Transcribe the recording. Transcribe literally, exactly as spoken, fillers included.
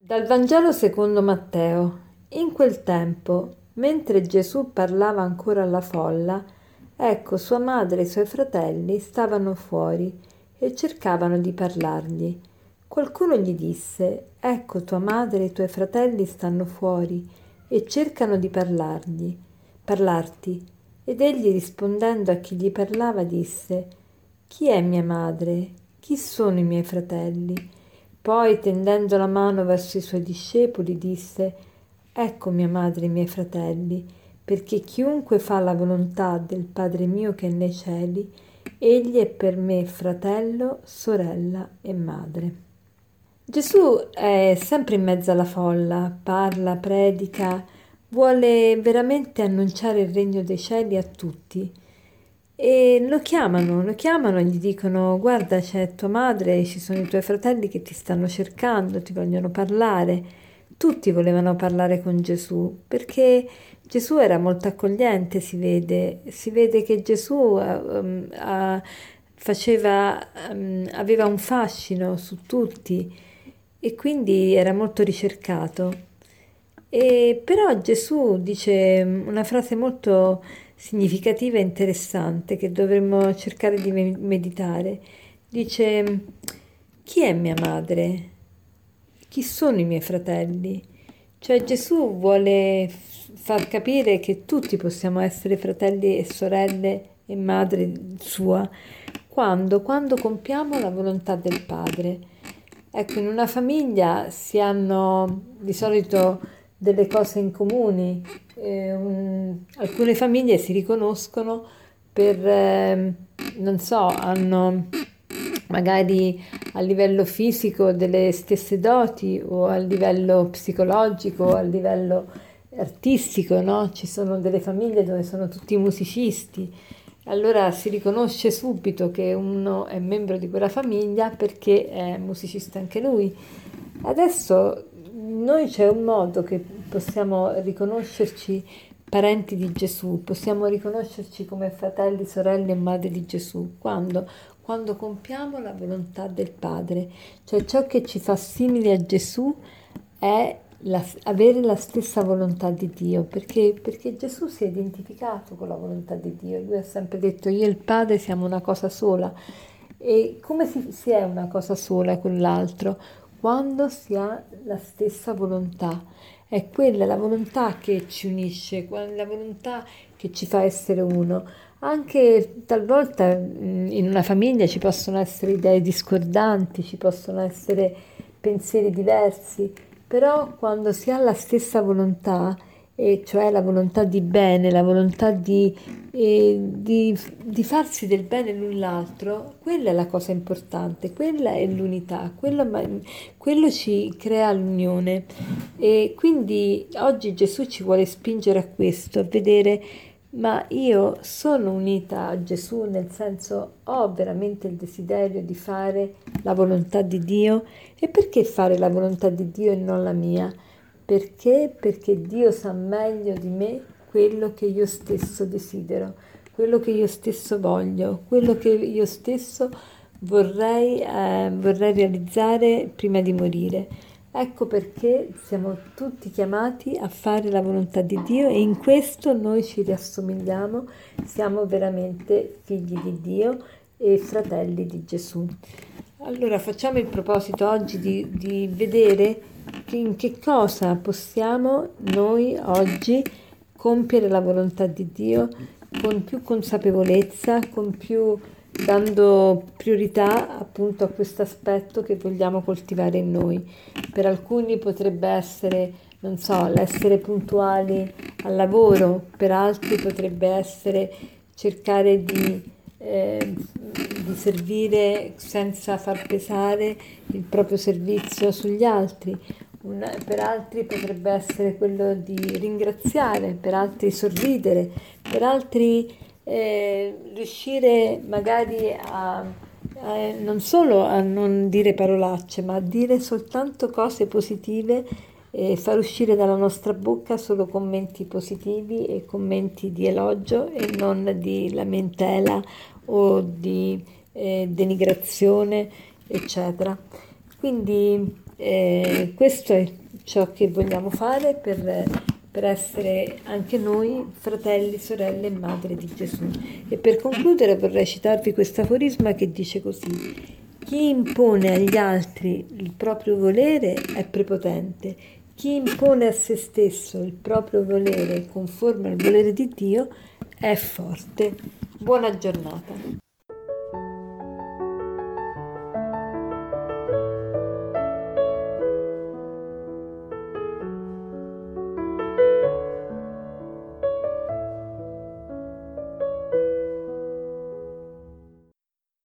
Dal Vangelo secondo Matteo. In quel tempo, mentre Gesù parlava ancora alla folla, ecco sua madre e i suoi fratelli stavano fuori e cercavano di parlargli. Qualcuno gli disse: Ecco tua madre e i tuoi fratelli stanno fuori e cercano di parlargli, parlarti. Ed egli rispondendo a chi gli parlava disse: Chi è mia madre? Chi sono i miei fratelli? Poi, tendendo la mano verso i suoi discepoli, disse: Ecco mia madre e i miei fratelli, perché chiunque fa la volontà del Padre mio che è nei cieli, egli è per me fratello, sorella e madre. Gesù è sempre in mezzo alla folla, parla, predica, vuole veramente annunciare il regno dei cieli a tutti. E lo chiamano, lo chiamano e gli dicono: guarda, c'è tua madre, ci sono i tuoi fratelli che ti stanno cercando, ti vogliono parlare. Tutti volevano parlare con Gesù perché Gesù era molto accogliente, si vede, si vede che Gesù um, uh, faceva, um, aveva un fascino su tutti e quindi era molto ricercato. E però Gesù dice una frase molto significativa e interessante che dovremmo cercare di meditare. Dice: chi è mia madre? Chi sono i miei fratelli? Cioè Gesù vuole far capire che tutti possiamo essere fratelli e sorelle e madre sua quando, quando compiamo la volontà del Padre. Ecco, in una famiglia si hanno di solito delle cose in comune. Eh, un, alcune famiglie si riconoscono per, eh, non so, hanno magari a livello fisico delle stesse doti o a livello psicologico o a livello artistico, no? Ci sono delle famiglie dove sono tutti musicisti. Allora si riconosce subito che uno è membro di quella famiglia perché è musicista anche lui. Adesso noi c'è un modo che possiamo riconoscerci parenti di Gesù, possiamo riconoscerci come fratelli, sorelle e madri di Gesù. Quando? Quando compiamo la volontà del Padre. Cioè ciò che ci fa simili a Gesù è la, avere la stessa volontà di Dio, perché, perché Gesù si è identificato con la volontà di Dio. Lui ha sempre detto: io e il Padre siamo una cosa sola. E come si, si è una cosa sola con l'altro? Quando si ha la stessa volontà. È quella la volontà che ci unisce, la volontà che ci fa essere uno. Anche talvolta in una famiglia ci possono essere idee discordanti, ci possono essere pensieri diversi, però quando si ha la stessa volontà, e cioè la volontà di bene, la volontà di, eh, di, di farsi del bene l'un l'altro, quella è la cosa importante, quella è l'unità, quello, quello ci crea l'unione. E quindi oggi Gesù ci vuole spingere a questo, a vedere: ma io sono unita a Gesù, nel senso, ho veramente il desiderio di fare la volontà di Dio. E perché fare la volontà di Dio e non la mia? Perché? Perché Dio sa meglio di me quello che io stesso desidero, quello che io stesso voglio, quello che io stesso vorrei, eh, vorrei realizzare prima di morire. Ecco perché siamo tutti chiamati a fare la volontà di Dio e in questo noi ci riassomigliamo, siamo veramente figli di Dio e fratelli di Gesù. Allora facciamo il proposito oggi di, di vedere in che cosa possiamo noi oggi compiere la volontà di Dio con più consapevolezza, con più dando priorità appunto a questo aspetto che vogliamo coltivare in noi. Per alcuni potrebbe essere, non so, l'essere puntuali al lavoro, per altri potrebbe essere cercare di, eh, di servire senza far pesare il proprio servizio sugli altri. Una, per altri potrebbe essere quello di ringraziare, per altri sorridere, per altri eh, riuscire magari a, a non solo a non dire parolacce, ma a dire soltanto cose positive e far uscire dalla nostra bocca solo commenti positivi e commenti di elogio e non di lamentela o di eh, denigrazione, eccetera. Quindi E questo è ciò che vogliamo fare per, per essere anche noi fratelli, sorelle e madre di Gesù. E per concludere vorrei citarvi questo aforisma che dice così: chi impone agli altri il proprio volere è prepotente, chi impone a se stesso il proprio volere conforme al volere di Dio è forte. Buona giornata.